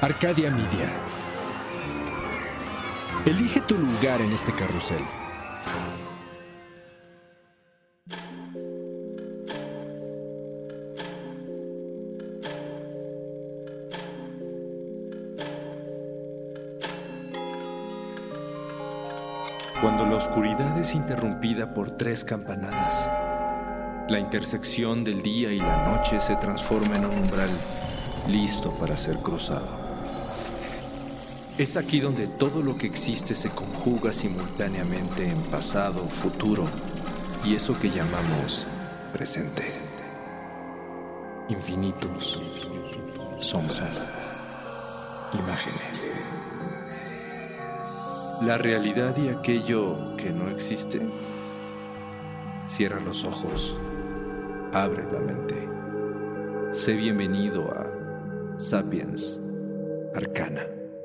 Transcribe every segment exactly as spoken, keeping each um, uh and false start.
Arcadia Media. Elige tu lugar en este carrusel. Cuando la oscuridad es interrumpida por tres campanadas, la intersección del día y la noche se transforma en un umbral listo para ser cruzado. Es aquí donde todo lo que existe se conjuga simultáneamente en pasado, futuro y eso que llamamos presente. Infinitos, sombras, imágenes. La realidad y aquello que no existe. Cierra los ojos, abre la mente. Sé bienvenido a Sapiens Arcana.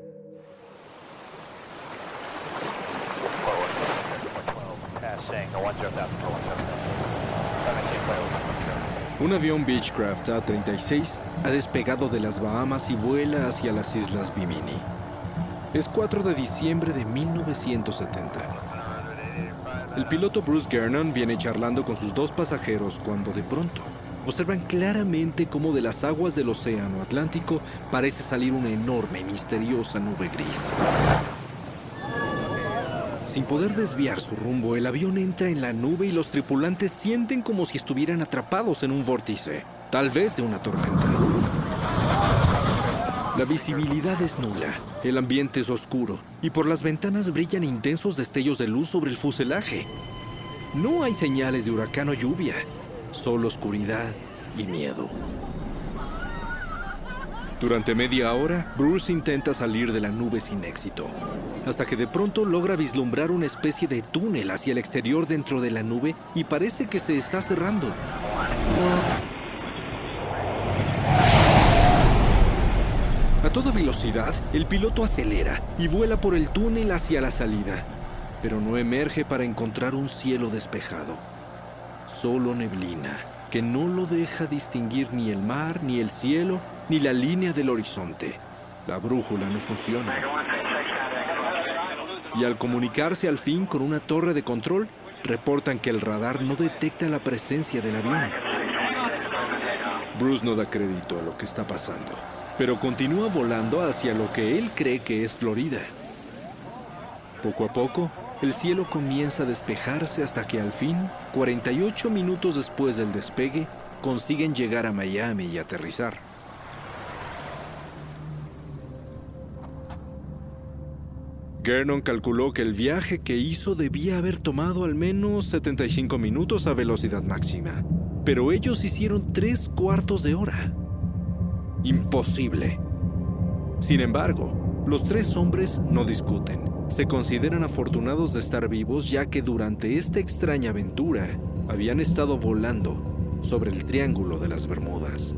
Un avión Beechcraft A treinta y seis ha despegado de las Bahamas y vuela hacia las Islas Bimini. Es cuatro de diciembre de mil novecientos setenta. El piloto Bruce Gernon viene charlando con sus dos pasajeros cuando de pronto observan claramente cómo de las aguas del océano Atlántico parece salir una enorme y misteriosa nube gris. Sin poder desviar su rumbo, el avión entra en la nube y los tripulantes sienten como si estuvieran atrapados en un vórtice, tal vez de una tormenta. La visibilidad es nula, el ambiente es oscuro y por las ventanas brillan intensos destellos de luz sobre el fuselaje. No hay señales de huracán o lluvia, solo oscuridad y miedo. Durante media hora, Bruce intenta salir de la nube sin éxito, hasta que de pronto logra vislumbrar una especie de túnel hacia el exterior dentro de la nube y parece que se está cerrando. A toda velocidad, el piloto acelera y vuela por el túnel hacia la salida, pero no emerge para encontrar un cielo despejado. Solo neblina, que no lo deja distinguir ni el mar, ni el cielo, ni la línea del horizonte. La brújula no funciona. Y al comunicarse al fin con una torre de control, reportan que el radar no detecta la presencia del avión. Bruce no da crédito a lo que está pasando, pero continúa volando hacia lo que él cree que es Florida. Poco a poco, el cielo comienza a despejarse hasta que al fin, cuarenta y ocho minutos después del despegue, consiguen llegar a Miami y aterrizar. Gernon calculó que el viaje que hizo debía haber tomado al menos setenta y cinco minutos a velocidad máxima, pero ellos hicieron tres cuartos de hora. Imposible. Sin embargo, los tres hombres no discuten. Se consideran afortunados de estar vivos ya que durante esta extraña aventura habían estado volando sobre el Triángulo de las Bermudas.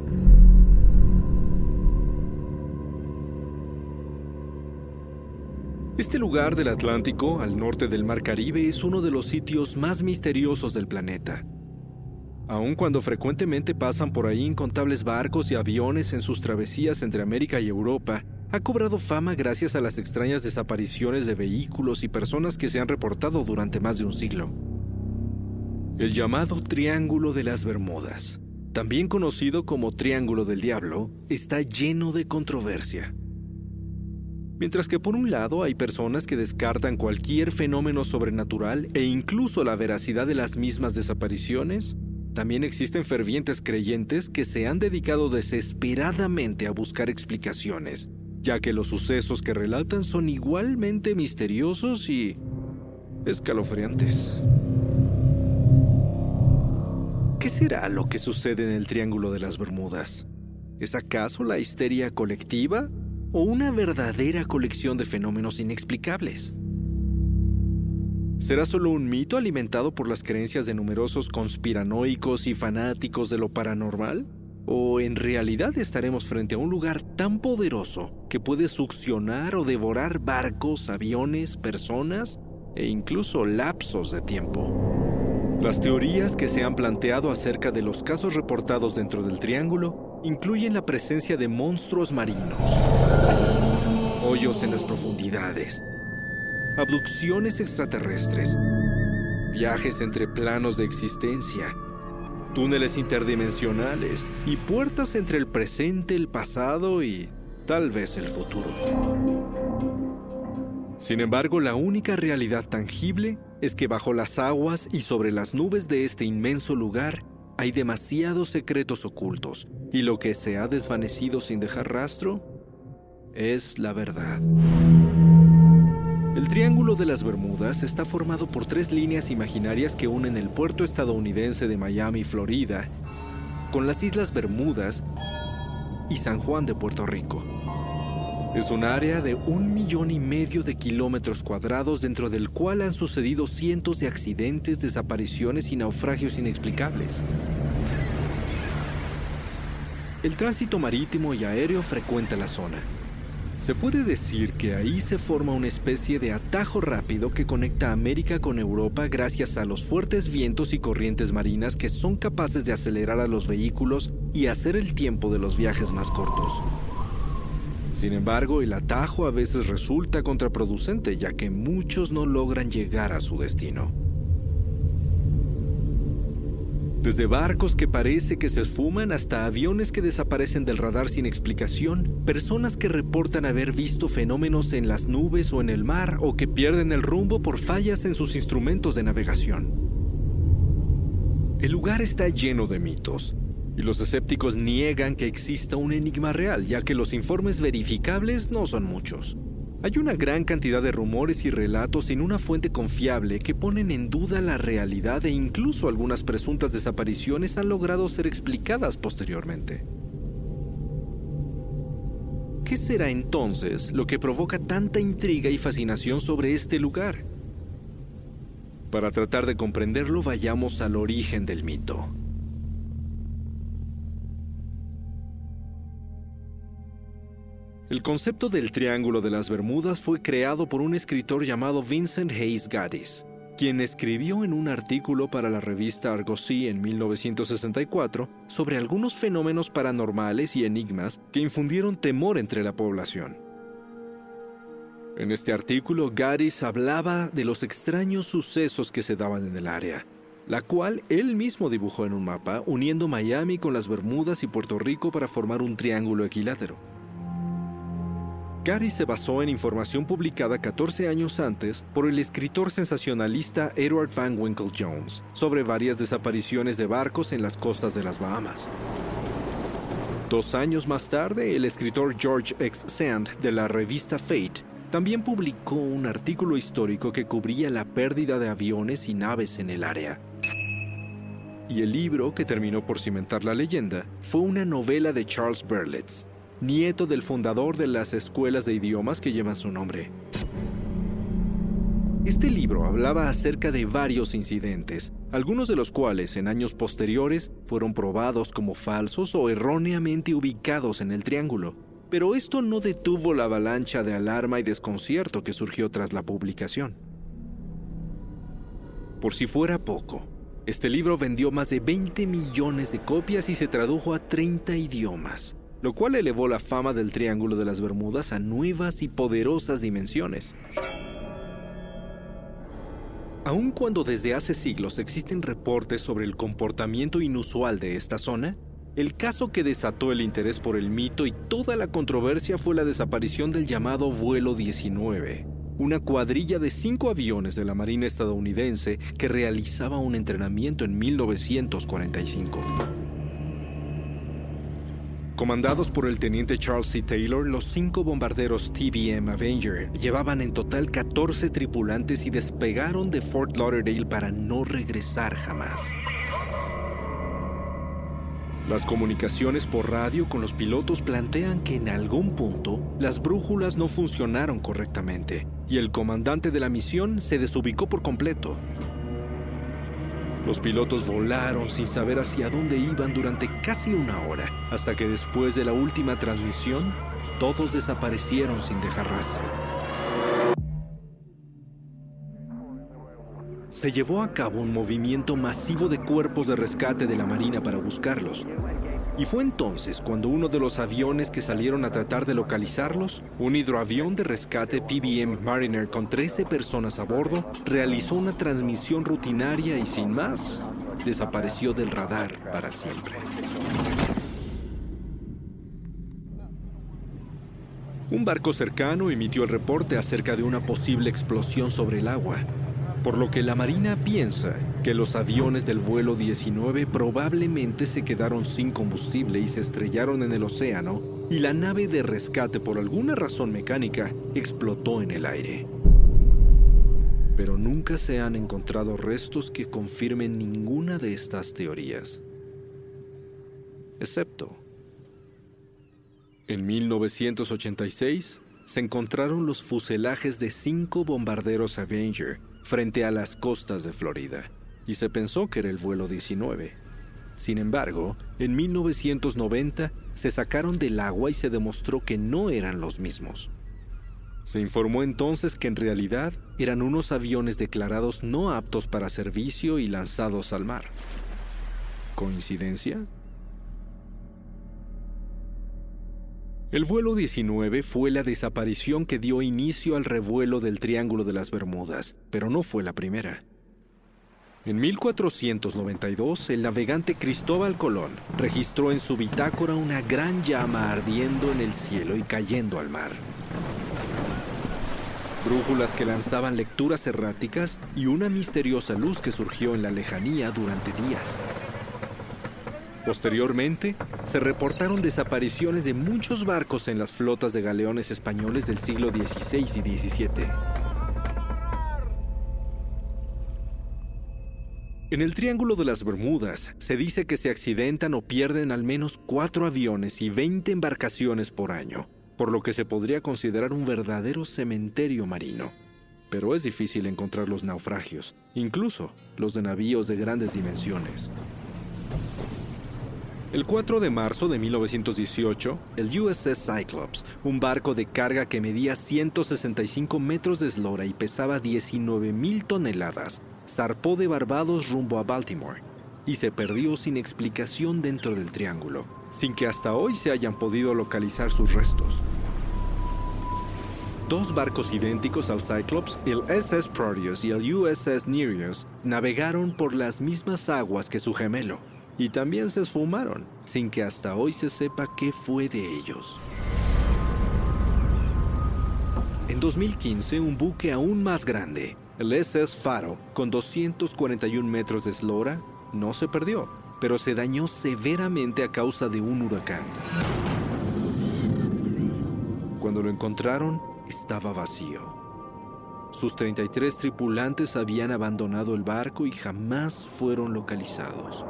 Este lugar del Atlántico, al norte del Mar Caribe, es uno de los sitios más misteriosos del planeta. Aun cuando frecuentemente pasan por ahí incontables barcos y aviones en sus travesías entre América y Europa, ha cobrado fama gracias a las extrañas desapariciones de vehículos y personas que se han reportado durante más de un siglo. El llamado Triángulo de las Bermudas, también conocido como Triángulo del Diablo, está lleno de controversia. Mientras que por un lado hay personas que descartan cualquier fenómeno sobrenatural e incluso la veracidad de las mismas desapariciones, también existen fervientes creyentes que se han dedicado desesperadamente a buscar explicaciones, ya que los sucesos que relatan son igualmente misteriosos y escalofriantes. ¿Qué será lo que sucede en el Triángulo de las Bermudas? ¿Es acaso la histeria colectiva o una verdadera colección de fenómenos inexplicables? ¿Será solo un mito alimentado por las creencias de numerosos conspiranoicos y fanáticos de lo paranormal? ¿O en realidad estaremos frente a un lugar tan poderoso que puede succionar o devorar barcos, aviones, personas e incluso lapsos de tiempo? Las teorías que se han planteado acerca de los casos reportados dentro del Triángulo incluyen la presencia de monstruos marinos, hoyos en las profundidades, abducciones extraterrestres, viajes entre planos de existencia, túneles interdimensionales y puertas entre el presente, el pasado y tal vez el futuro. Sin embargo, la única realidad tangible es que bajo las aguas y sobre las nubes de este inmenso lugar hay demasiados secretos ocultos, y lo que se ha desvanecido sin dejar rastro es la verdad. El Triángulo de las Bermudas está formado por tres líneas imaginarias que unen el puerto estadounidense de Miami, Florida, con las Islas Bermudas y San Juan de Puerto Rico. Es un área de un millón y medio de kilómetros cuadrados dentro del cual han sucedido cientos de accidentes, desapariciones y naufragios inexplicables. El tránsito marítimo y aéreo frecuenta la zona. Se puede decir que ahí se forma una especie de atajo rápido que conecta América con Europa gracias a los fuertes vientos y corrientes marinas que son capaces de acelerar a los vehículos y hacer el tiempo de los viajes más cortos. Sin embargo, el atajo a veces resulta contraproducente, ya que muchos no logran llegar a su destino. Desde barcos que parece que se esfuman hasta aviones que desaparecen del radar sin explicación, personas que reportan haber visto fenómenos en las nubes o en el mar o que pierden el rumbo por fallas en sus instrumentos de navegación. El lugar está lleno de mitos, y los escépticos niegan que exista un enigma real, ya que los informes verificables no son muchos. Hay una gran cantidad de rumores y relatos sin una fuente confiable que ponen en duda la realidad e incluso algunas presuntas desapariciones han logrado ser explicadas posteriormente. ¿Qué será entonces lo que provoca tanta intriga y fascinación sobre este lugar? Para tratar de comprenderlo, vayamos al origen del mito. El concepto del Triángulo de las Bermudas fue creado por un escritor llamado Vincent Hayes Gaddis, quien escribió en un artículo para la revista Argosy en mil novecientos sesenta y cuatro sobre algunos fenómenos paranormales y enigmas que infundieron temor entre la población. En este artículo, Gaddis hablaba de los extraños sucesos que se daban en el área, la cual él mismo dibujó en un mapa, uniendo Miami con las Bermudas y Puerto Rico para formar un triángulo equilátero. Gaddis se basó en información publicada catorce años antes por el escritor sensacionalista Edward Van Winkle Jones sobre varias desapariciones de barcos en las costas de las Bahamas. Dos años más tarde, el escritor George X. Sand de la revista Fate también publicó un artículo histórico que cubría la pérdida de aviones y naves en el área. Y el libro, que terminó por cimentar la leyenda, fue una novela de Charles Berlitz, nieto del fundador de las escuelas de idiomas que llevan su nombre. Este libro hablaba acerca de varios incidentes, algunos de los cuales en años posteriores fueron probados como falsos o erróneamente ubicados en el triángulo, pero esto no detuvo la avalancha de alarma y desconcierto que surgió tras la publicación. Por si fuera poco, este libro vendió más de veinte millones de copias y se tradujo a treinta idiomas, lo cual elevó la fama del Triángulo de las Bermudas a nuevas y poderosas dimensiones. Aun cuando desde hace siglos existen reportes sobre el comportamiento inusual de esta zona, el caso que desató el interés por el mito y toda la controversia fue la desaparición del llamado Vuelo diecinueve, una cuadrilla de cinco aviones de la Marina estadounidense que realizaba un entrenamiento en mil novecientos cuarenta y cinco. Comandados por el teniente Charles C. Taylor, los cinco bombarderos T B M Avenger llevaban en total catorce tripulantes y despegaron de Fort Lauderdale para no regresar jamás. Las comunicaciones por radio con los pilotos plantean que en algún punto las brújulas no funcionaron correctamente y el comandante de la misión se desubicó por completo. Los pilotos volaron sin saber hacia dónde iban durante casi una hora, hasta que después de la última transmisión, todos desaparecieron sin dejar rastro. Se llevó a cabo un movimiento masivo de cuerpos de rescate de la Marina para buscarlos. Y fue entonces cuando uno de los aviones que salieron a tratar de localizarlos, un hidroavión de rescate P B M Mariner con trece personas a bordo, realizó una transmisión rutinaria y sin más, desapareció del radar para siempre. Un barco cercano emitió el reporte acerca de una posible explosión sobre el agua, por lo que la Marina piensa que los aviones del vuelo diecinueve probablemente se quedaron sin combustible y se estrellaron en el océano, y la nave de rescate, por alguna razón mecánica, explotó en el aire. Pero nunca se han encontrado restos que confirmen ninguna de estas teorías. Excepto, en mil novecientos ochenta y seis se encontraron los fuselajes de cinco bombarderos Avenger frente a las costas de Florida, y se pensó que era el vuelo diecinueve. Sin embargo, en mil novecientos noventa se sacaron del agua y se demostró que no eran los mismos. Se informó entonces que en realidad eran unos aviones declarados no aptos para servicio y lanzados al mar. ¿Coincidencia? El vuelo diecinueve fue la desaparición que dio inicio al revuelo del Triángulo de las Bermudas, pero no fue la primera. En mil cuatrocientos noventa y dos, el navegante Cristóbal Colón registró en su bitácora una gran llama ardiendo en el cielo y cayendo al mar. Brújulas que lanzaban lecturas erráticas y una misteriosa luz que surgió en la lejanía durante días. Posteriormente, se reportaron desapariciones de muchos barcos en las flotas de galeones españoles del siglo dieciséis y diecisiete. En el Triángulo de las Bermudas, se dice que se accidentan o pierden al menos cuatro aviones y veinte embarcaciones por año, por lo que se podría considerar un verdadero cementerio marino. Pero es difícil encontrar los naufragios, incluso los de navíos de grandes dimensiones. El cuatro de marzo de mil novecientos dieciocho, el U S S Cyclops, un barco de carga que medía ciento sesenta y cinco metros de eslora y pesaba diecinueve mil toneladas, zarpó de Barbados rumbo a Baltimore y se perdió sin explicación dentro del triángulo, sin que hasta hoy se hayan podido localizar sus restos. Dos barcos idénticos al Cyclops, el S S Proteus y el U S S Nereus, navegaron por las mismas aguas que su gemelo, y también se esfumaron, sin que hasta hoy se sepa qué fue de ellos. En dos mil quince, un buque aún más grande, el S S Faro, con doscientos cuarenta y un metros de eslora, no se perdió, pero se dañó severamente a causa de un huracán. Cuando lo encontraron, estaba vacío. Sus treinta y tres tripulantes habían abandonado el barco y jamás fueron localizados.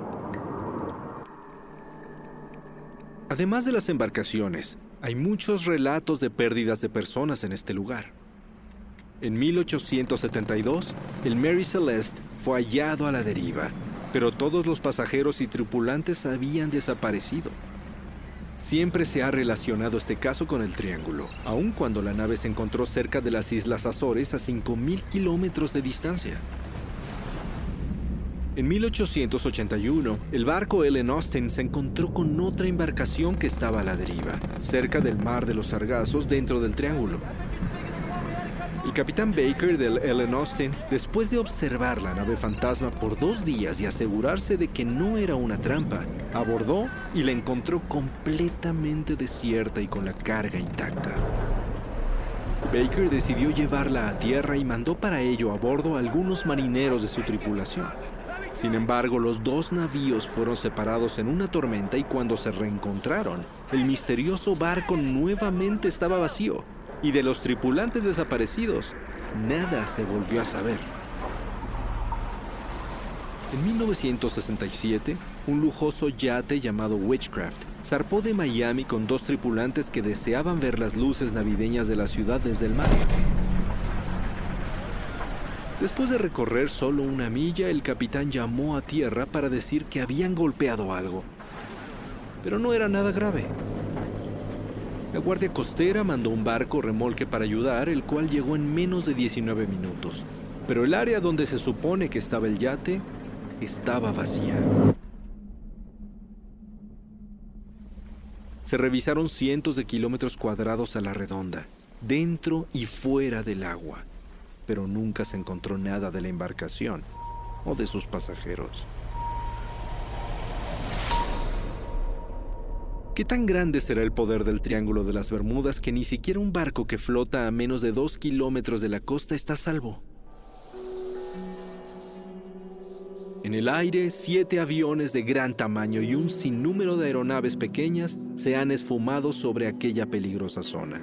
Además de las embarcaciones, hay muchos relatos de pérdidas de personas en este lugar. En mil ochocientos setenta y dos, el Mary Celeste fue hallado a la deriva, pero todos los pasajeros y tripulantes habían desaparecido. Siempre se ha relacionado este caso con el Triángulo, aun cuando la nave se encontró cerca de las Islas Azores a cinco mil kilómetros de distancia. En mil ochocientos ochenta y uno, el barco Ellen Austin se encontró con otra embarcación que estaba a la deriva, cerca del Mar de los Sargazos, dentro del Triángulo. El capitán Baker del Ellen Austin, después de observar la nave fantasma por dos días y asegurarse de que no era una trampa, abordó y la encontró completamente desierta y con la carga intacta. Baker decidió llevarla a tierra y mandó para ello a bordo a algunos marineros de su tripulación. Sin embargo, los dos navíos fueron separados en una tormenta y cuando se reencontraron, el misterioso barco nuevamente estaba vacío y de los tripulantes desaparecidos, nada se volvió a saber. En mil novecientos sesenta y siete, un lujoso yate llamado Witchcraft zarpó de Miami con dos tripulantes que deseaban ver las luces navideñas de la ciudad desde el mar. Después de recorrer solo una milla, el capitán llamó a tierra para decir que habían golpeado algo. Pero no era nada grave. La Guardia Costera mandó un barco remolque para ayudar, el cual llegó en menos de diecinueve minutos. Pero el área donde se supone que estaba el yate estaba vacía. Se revisaron cientos de kilómetros cuadrados a la redonda, dentro y fuera del agua, pero nunca se encontró nada de la embarcación o de sus pasajeros. ¿Qué tan grande será el poder del Triángulo de las Bermudas que ni siquiera un barco que flota a menos de dos kilómetros de la costa está a salvo? En el aire, siete aviones de gran tamaño y un sinnúmero de aeronaves pequeñas se han esfumado sobre aquella peligrosa zona.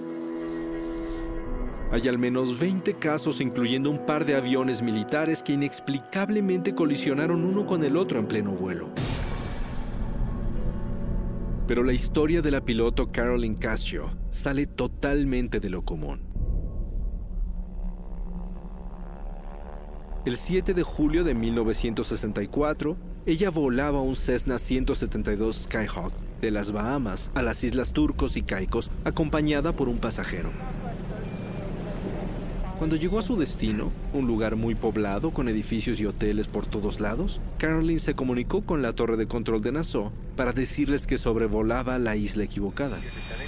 Hay al menos veinte casos, incluyendo un par de aviones militares que inexplicablemente colisionaron uno con el otro en pleno vuelo. Pero la historia de la piloto Caroline Cascio sale totalmente de lo común. El siete de julio de mil novecientos sesenta y cuatro, ella volaba un Cessna ciento setenta y dos Skyhawk de las Bahamas a las Islas Turcos y Caicos, acompañada por un pasajero. Cuando llegó a su destino, un lugar muy poblado con edificios y hoteles por todos lados, Caroline se comunicó con la torre de control de Nassau para decirles que sobrevolaba la isla equivocada.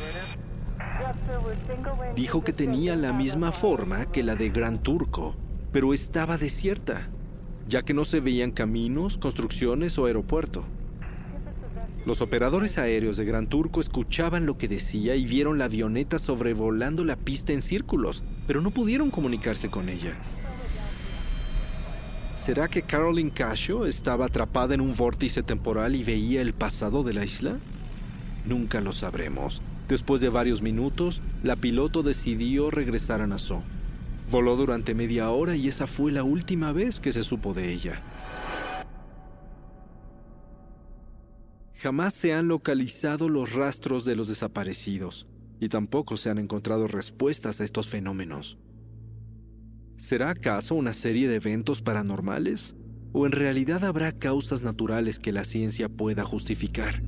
Dijo que tenía la misma forma que la de Gran Turco, pero estaba desierta, ya que no se veían caminos, construcciones o aeropuerto. Los operadores aéreos de Gran Turco escuchaban lo que decía y vieron la avioneta sobrevolando la pista en círculos, pero no pudieron comunicarse con ella. ¿Será que Caroline Cascio estaba atrapada en un vórtice temporal y veía el pasado de la isla? Nunca lo sabremos. Después de varios minutos, la piloto decidió regresar a Nassau. Voló durante media hora y esa fue la última vez que se supo de ella. Jamás se han localizado los rastros de los desaparecidos y tampoco se han encontrado respuestas a estos fenómenos. ¿Será acaso una serie de eventos paranormales? ¿O en realidad habrá causas naturales que la ciencia pueda justificar?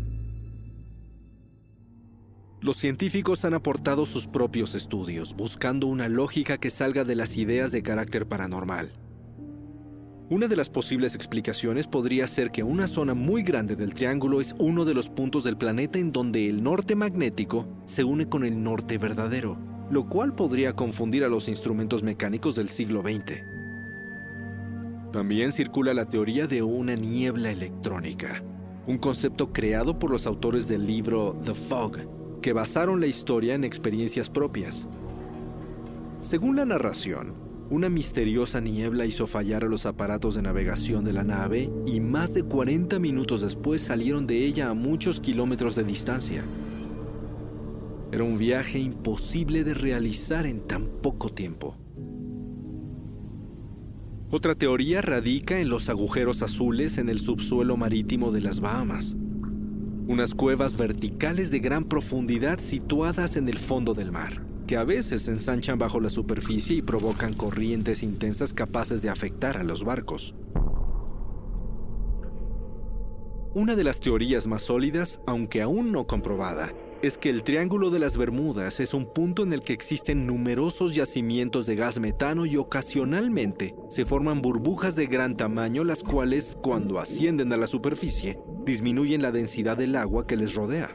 Los científicos han aportado sus propios estudios, buscando una lógica que salga de las ideas de carácter paranormal. Una de las posibles explicaciones podría ser que una zona muy grande del triángulo es uno de los puntos del planeta en donde el norte magnético se une con el norte verdadero, lo cual podría confundir a los instrumentos mecánicos del siglo veinte. También circula la teoría de una niebla electrónica, un concepto creado por los autores del libro The Fog, que basaron la historia en experiencias propias. Según la narración, una misteriosa niebla hizo fallar a los aparatos de navegación de la nave y más de cuarenta minutos después salieron de ella a muchos kilómetros de distancia. Era un viaje imposible de realizar en tan poco tiempo. Otra teoría radica en los agujeros azules en el subsuelo marítimo de las Bahamas, unas cuevas verticales de gran profundidad situadas en el fondo del mar, que a veces se ensanchan bajo la superficie y provocan corrientes intensas capaces de afectar a los barcos. Una de las teorías más sólidas, aunque aún no comprobada, es que el Triángulo de las Bermudas es un punto en el que existen numerosos yacimientos de gas metano y ocasionalmente se forman burbujas de gran tamaño, las cuales, cuando ascienden a la superficie, disminuyen la densidad del agua que les rodea.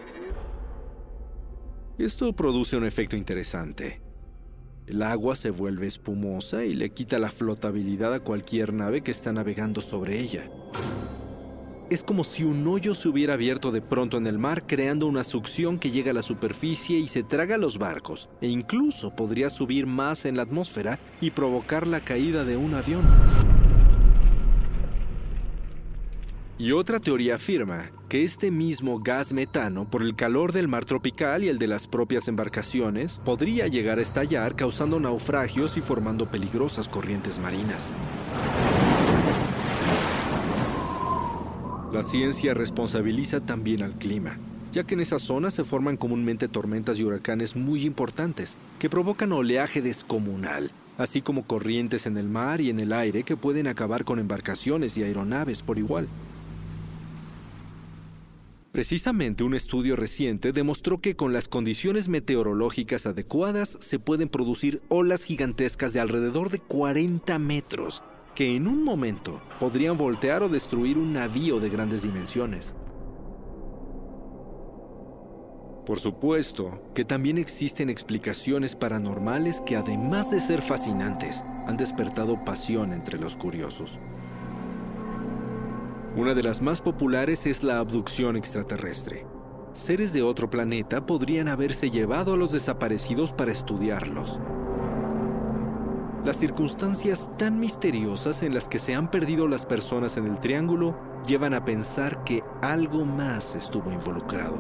Esto produce un efecto interesante. El agua se vuelve espumosa y le quita la flotabilidad a cualquier nave que está navegando sobre ella. Es como si un hoyo se hubiera abierto de pronto en el mar, creando una succión que llega a la superficie y se traga a los barcos, e incluso podría subir más en la atmósfera y provocar la caída de un avión. Y otra teoría afirma que este mismo gas metano, por el calor del mar tropical y el de las propias embarcaciones, podría llegar a estallar, causando naufragios y formando peligrosas corrientes marinas. La ciencia responsabiliza también al clima, ya que en esa zona se forman comúnmente tormentas y huracanes muy importantes que provocan oleaje descomunal, así como corrientes en el mar y en el aire que pueden acabar con embarcaciones y aeronaves por igual. Precisamente un estudio reciente demostró que con las condiciones meteorológicas adecuadas se pueden producir olas gigantescas de alrededor de cuarenta metros, que en un momento podrían voltear o destruir un navío de grandes dimensiones. Por supuesto que también existen explicaciones paranormales que, además de ser fascinantes, han despertado pasión entre los curiosos. Una de las más populares es la abducción extraterrestre. Seres de otro planeta podrían haberse llevado a los desaparecidos para estudiarlos. Las circunstancias tan misteriosas en las que se han perdido las personas en el Triángulo llevan a pensar que algo más estuvo involucrado.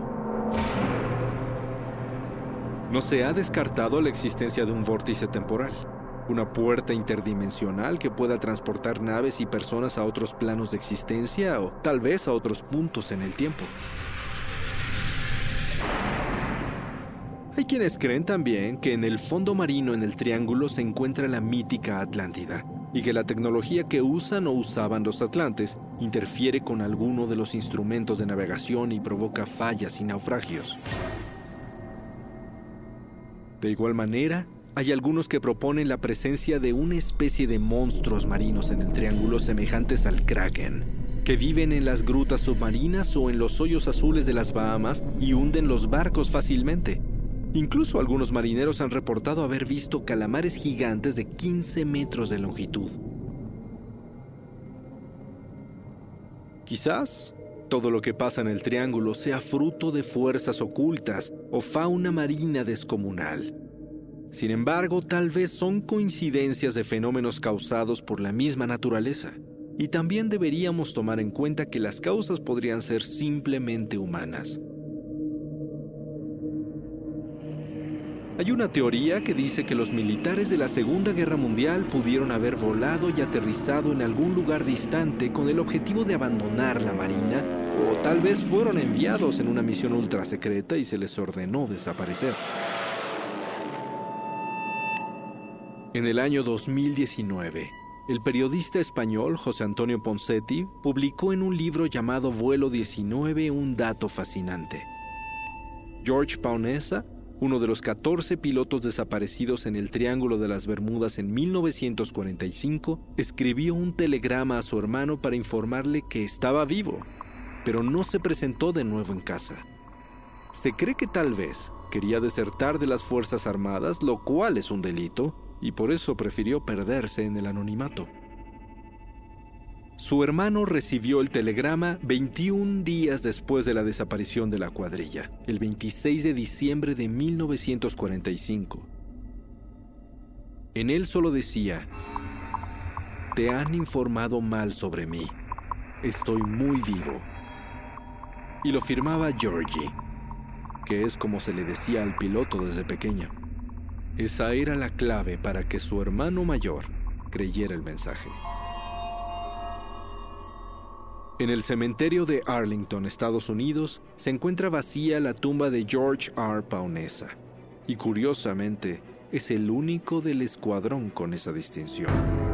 No se ha descartado la existencia de un vórtice temporal, una puerta interdimensional que pueda transportar naves y personas a otros planos de existencia o tal vez a otros puntos en el tiempo. Hay quienes creen también que en el fondo marino en el Triángulo se encuentra la mítica Atlántida y que la tecnología que usan o usaban los atlantes interfiere con alguno de los instrumentos de navegación y provoca fallas y naufragios. De igual manera, hay algunos que proponen la presencia de una especie de monstruos marinos en el Triángulo semejantes al Kraken, que viven en las grutas submarinas o en los hoyos azules de las Bahamas y hunden los barcos fácilmente. Incluso algunos marineros han reportado haber visto calamares gigantes de quince metros de longitud. Quizás todo lo que pasa en el Triángulo sea fruto de fuerzas ocultas o fauna marina descomunal. Sin embargo, tal vez son coincidencias de fenómenos causados por la misma naturaleza. Y también deberíamos tomar en cuenta que las causas podrían ser simplemente humanas. Hay una teoría que dice que los militares de la Segunda Guerra Mundial pudieron haber volado y aterrizado en algún lugar distante con el objetivo de abandonar la Marina, o tal vez fueron enviados en una misión ultra secreta y se les ordenó desaparecer. En el año dos mil diecinueve, el periodista español José Antonio Ponseti publicó en un libro llamado Vuelo diecinueve un dato fascinante. George Paonessa, uno de los catorce pilotos desaparecidos en el Triángulo de las Bermudas en mil novecientos cuarenta y cinco, escribió un telegrama a su hermano para informarle que estaba vivo, pero no se presentó de nuevo en casa. Se cree que tal vez quería desertar de las Fuerzas Armadas, lo cual es un delito, y por eso prefirió perderse en el anonimato. Su hermano recibió el telegrama veintiún días después de la desaparición de la cuadrilla, el veintiséis de diciembre de mil novecientos cuarenta y cinco. En él solo decía: «Te han informado mal sobre mí. Estoy muy vivo». Y lo firmaba Georgie, que es como se le decía al piloto desde pequeño. Esa era la clave para que su hermano mayor creyera el mensaje. En el cementerio de Arlington, Estados Unidos, se encuentra vacía la tumba de George R. Paonessa, y curiosamente, es el único del escuadrón con esa distinción.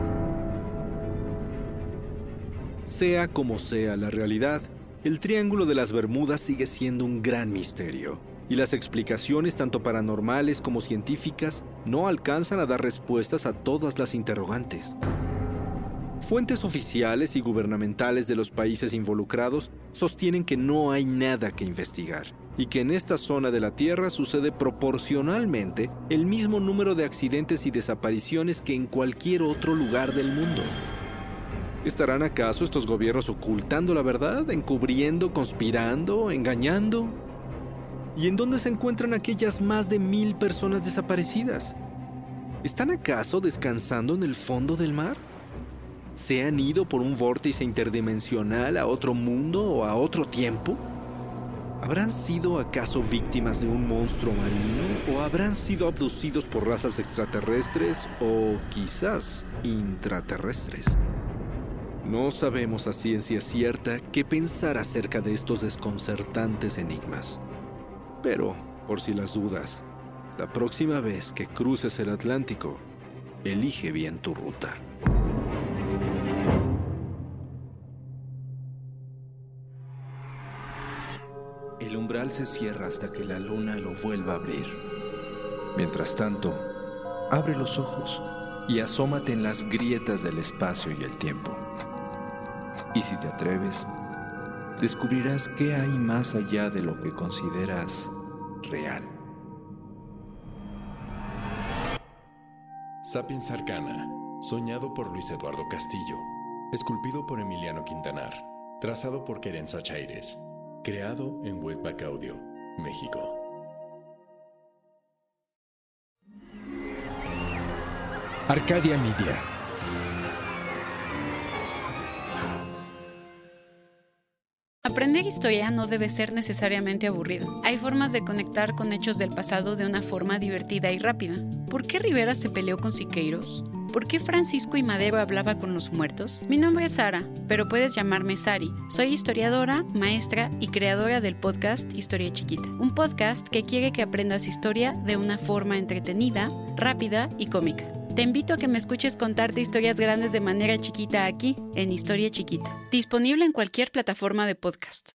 Sea como sea la realidad, el Triángulo de las Bermudas sigue siendo un gran misterio, y las explicaciones tanto paranormales como científicas no alcanzan a dar respuestas a todas las interrogantes. Fuentes oficiales y gubernamentales de los países involucrados sostienen que no hay nada que investigar y que en esta zona de la Tierra sucede proporcionalmente el mismo número de accidentes y desapariciones que en cualquier otro lugar del mundo. ¿Estarán acaso estos gobiernos ocultando la verdad, encubriendo, conspirando, engañando? ¿Y en dónde se encuentran aquellas más de mil personas desaparecidas? ¿Están acaso descansando en el fondo del mar? ¿Se han ido por un vórtice interdimensional a otro mundo o a otro tiempo? ¿Habrán sido acaso víctimas de un monstruo marino o habrán sido abducidos por razas extraterrestres o quizás intraterrestres? No sabemos a ciencia cierta qué pensar acerca de estos desconcertantes enigmas. Pero, por si las dudas, la próxima vez que cruces el Atlántico, elige bien tu ruta. El umbral se cierra hasta que la luna lo vuelva a abrir. Mientras tanto, abre los ojos y asómate en las grietas del espacio y el tiempo. Y si te atreves, descubrirás qué hay más allá de lo que consideras real. Sapiens Arcana, soñado por Luis Eduardo Castillo, esculpido por Emiliano Quintanar, trazado por Querenza Chaires, creado en Webback Audio, México. Arcadia Media. Aprender historia no debe ser necesariamente aburrido. Hay formas de conectar con hechos del pasado de una forma divertida y rápida. ¿Por qué Rivera se peleó con Siqueiros? ¿Por qué Francisco I. Madero hablaba con los muertos? Mi nombre es Sara, pero puedes llamarme Sari. Soy historiadora, maestra y creadora del podcast Historia Chiquita. Un podcast que quiere que aprendas historia de una forma entretenida, rápida y cómica. Te invito a que me escuches contarte historias grandes de manera chiquita aquí, en Historia Chiquita. Disponible en cualquier plataforma de podcast.